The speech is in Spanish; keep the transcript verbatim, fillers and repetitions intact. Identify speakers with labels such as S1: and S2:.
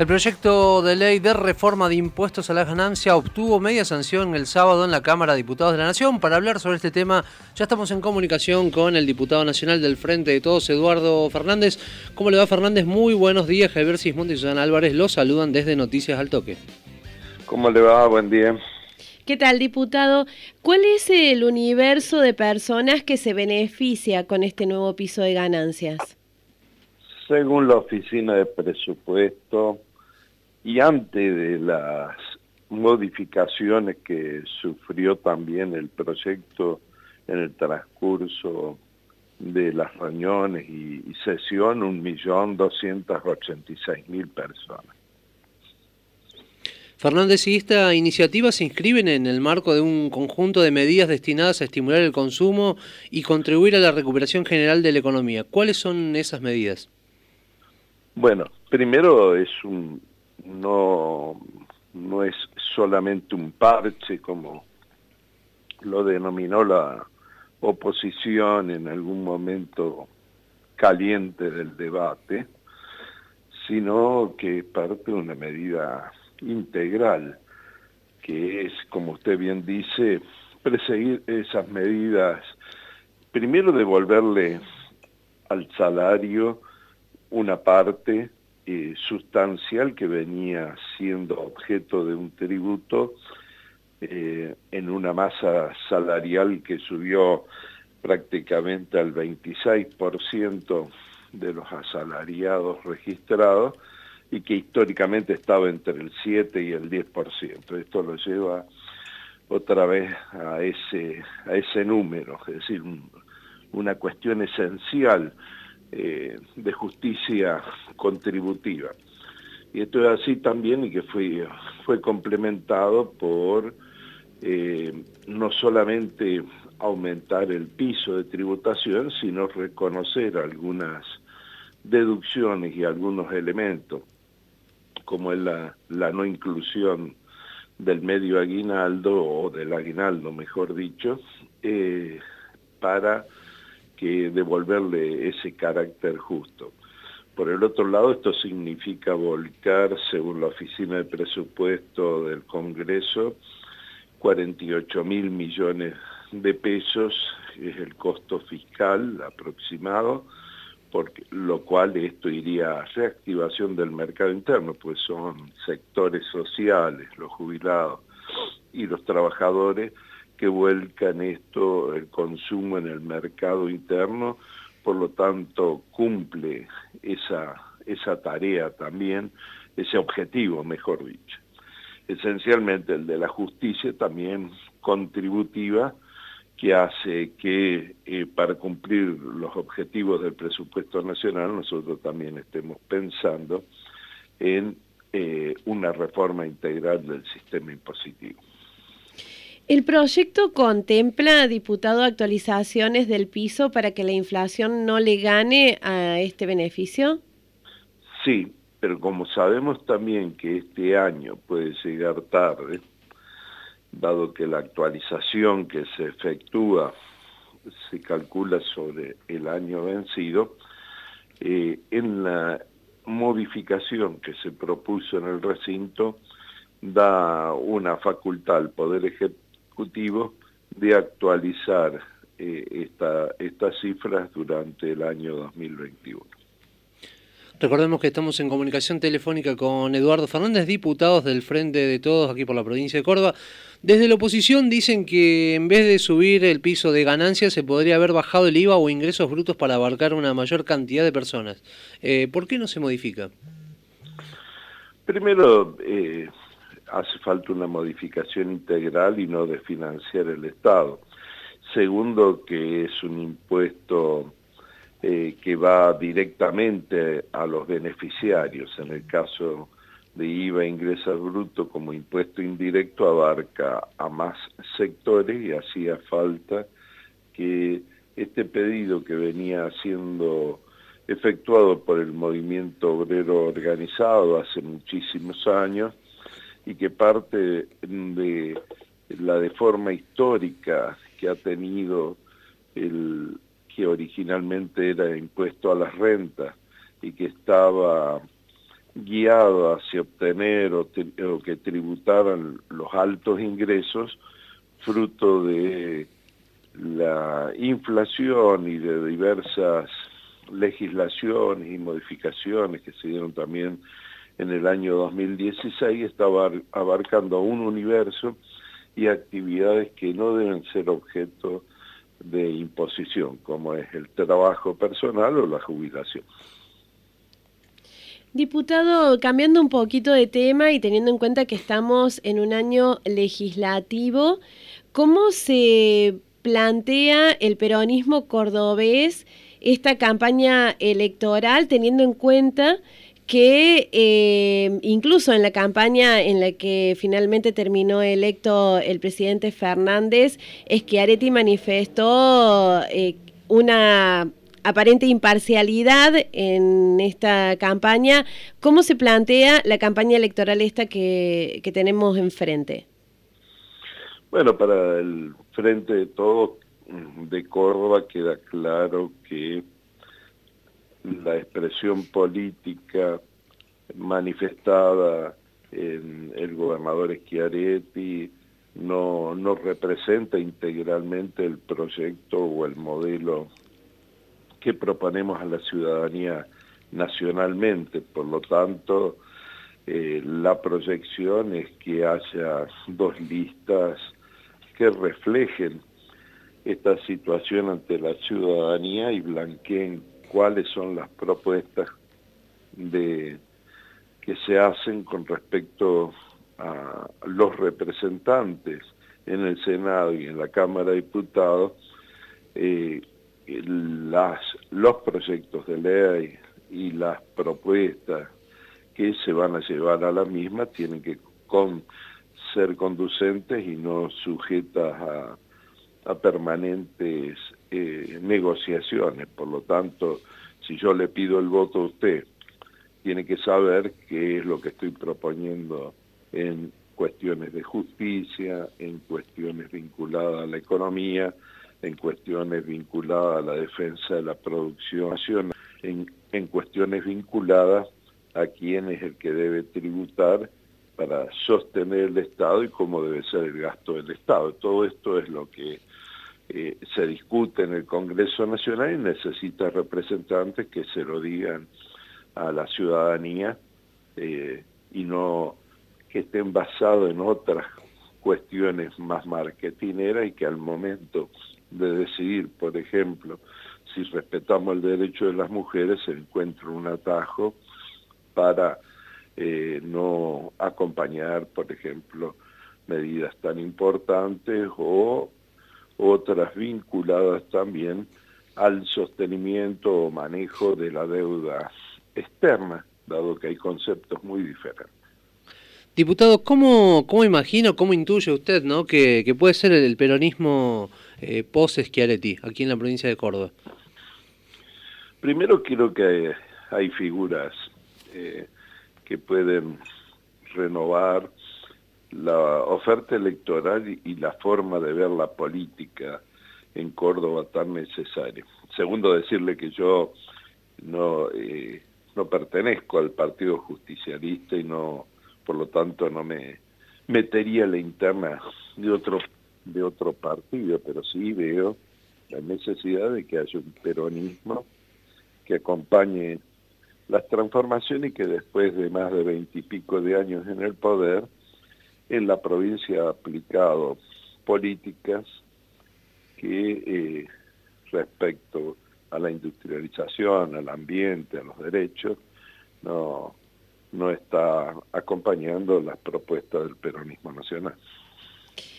S1: El proyecto de ley de reforma de impuestos a la ganancia obtuvo media sanción el sábado en la Cámara de Diputados de la Nación. Para hablar sobre este tema ya estamos en comunicación con el diputado nacional del Frente de Todos, Eduardo Fernández. ¿Cómo le va, Fernández? Muy buenos días. Javier Sismondi y Susana Álvarez los saludan desde Noticias al Toque.
S2: ¿Cómo le va? Buen día.
S3: ¿Qué tal, diputado? ¿Cuál es el universo de personas que se beneficia con este nuevo piso de ganancias?
S2: Según la Oficina de Presupuesto, y antes de las modificaciones que sufrió también el proyecto en el transcurso de las reuniones y, y sesión, un millón doscientos ochenta y seis mil personas.
S1: Fernández, ¿y esta iniciativa se inscriben en el marco de un conjunto de medidas destinadas a estimular el consumo y contribuir a la recuperación general de la economía? ¿Cuáles son esas medidas?
S2: Bueno, primero es un no, no es solamente un parche como lo denominó la oposición en algún momento caliente del debate, sino que es parte de una medida integral, que es, como usted bien dice, perseguir esas medidas, primero devolverle al salario una parte eh, sustancial que venía siendo objeto de un tributo eh, en una masa salarial que subió prácticamente al veintiséis por ciento de los asalariados registrados y que históricamente estaba entre el siete y el diez por ciento. Esto lo lleva otra vez a ese, a ese número, es decir, un, una cuestión esencial Eh, de justicia contributiva. Y esto es así también y que fue, fue complementado por eh, no solamente aumentar el piso de tributación, sino reconocer algunas deducciones y algunos elementos, como es la, la no inclusión del medio aguinaldo, o del aguinaldo mejor dicho, eh, para que devolverle ese carácter justo. Por el otro lado, esto significa volcar, según la Oficina de Presupuesto del Congreso, cuarenta y ocho mil millones de pesos, es el costo fiscal aproximado, por lo cual esto iría a reactivación del mercado interno, pues son sectores sociales, los jubilados y los trabajadores, que vuelcan esto, el consumo en el mercado interno, por lo tanto cumple esa, esa tarea también, ese objetivo, mejor dicho. Esencialmente el de la justicia también contributiva, que hace que eh, para cumplir los objetivos del presupuesto nacional nosotros también estemos pensando en eh, una reforma integral del sistema impositivo.
S3: ¿El proyecto contempla, diputado, actualizaciones del piso para que la inflación no le gane a este beneficio?
S2: Sí, pero como sabemos también que este año puede llegar tarde, dado que la actualización que se efectúa se calcula sobre el año vencido, eh, en la modificación que se propuso en el recinto da una facultad al Poder Ejecutivo de actualizar eh, esta, estas cifras durante el año dos mil veintiuno.
S1: Recordemos que estamos en comunicación telefónica con Eduardo Fernández, diputados del Frente de Todos aquí por la provincia de Córdoba. Desde la oposición dicen que en vez de subir el piso de ganancias se podría haber bajado el I V A o ingresos brutos para abarcar una mayor cantidad de personas. Eh, ¿Por qué no se modifica?
S2: Primero, eh, hace falta una modificación integral y no de financiar el Estado. Segundo, que es un impuesto eh, que va directamente a los beneficiarios. En el caso de I V A, ingresos brutos, como impuesto indirecto, abarca a más sectores y hacía falta que este pedido que venía siendo efectuado por el movimiento obrero organizado hace muchísimos años, y que parte de la deforma histórica que ha tenido el que originalmente era impuesto a las rentas y que estaba guiado hacia obtener o, tri o que tributaran los altos ingresos, fruto de la inflación y de diversas legislaciones y modificaciones que se dieron también en el año dos mil dieciséis, estaba abarcando un universo y actividades que no deben ser objeto de imposición, como es el trabajo personal o la jubilación.
S3: Diputado, cambiando un poquito de tema y teniendo en cuenta que estamos en un año legislativo, ¿cómo se plantea el peronismo cordobés esta campaña electoral, teniendo en cuenta que eh, incluso en la campaña en la que finalmente terminó electo el presidente Fernández, Schiaretti manifestó eh, una aparente imparcialidad en esta campaña? ¿Cómo se plantea la campaña electoral esta que, que tenemos enfrente?
S2: Bueno, para el Frente de Todos de Córdoba queda claro que la expresión política manifestada en el gobernador Schiaretti no, no representa integralmente el proyecto o el modelo que proponemos a la ciudadanía nacionalmente. Por lo tanto, eh, la proyección es que haya dos listas que reflejen esta situación ante la ciudadanía y blanqueen cuáles son las propuestas de, que se hacen con respecto a los representantes en el Senado y en la Cámara de Diputados, eh, las, los proyectos de ley y las propuestas que se van a llevar a la misma tienen que con, ser conducentes y no sujetas a, a permanentes eh, negociaciones. Por lo tanto, si yo le pido el voto a usted, tiene que saber qué es lo que estoy proponiendo en cuestiones de justicia, en cuestiones vinculadas a la economía, en cuestiones vinculadas a la defensa de la producción nacional, en, en cuestiones vinculadas a quién es el que debe tributar para sostener el Estado y cómo debe ser el gasto del Estado. Todo esto es lo que eh, se discute en el Congreso Nacional y necesita representantes que se lo digan a la ciudadanía eh, y no que estén basados en otras cuestiones más marketineras y que al momento de decidir, por ejemplo, si respetamos el derecho de las mujeres, se encuentra un atajo para eh, no acompañar, por ejemplo, medidas tan importantes o otras vinculadas también al sostenimiento o manejo de la deuda externa, dado que hay conceptos muy diferentes.
S1: Diputado, ¿cómo, cómo imagino, cómo intuye usted, ¿no?, que, que puede ser el peronismo eh, post-Schiaretti aquí en la provincia de Córdoba?
S2: Primero quiero que hay, hay figuras eh, que pueden renovar la oferta electoral y, y la forma de ver la política en Córdoba tan necesaria. Segundo, decirle que yo no, eh, no pertenezco al Partido Justicialista y no, por lo tanto no me metería en la interna de otro, de otro partido, pero sí veo la necesidad de que haya un peronismo que acompañe las transformaciones y que después de más de veintipico de años en el poder, en la provincia ha aplicado políticas que eh, respecto a la industrialización, al ambiente, a los derechos, no, no está acompañando las propuestas del peronismo nacional.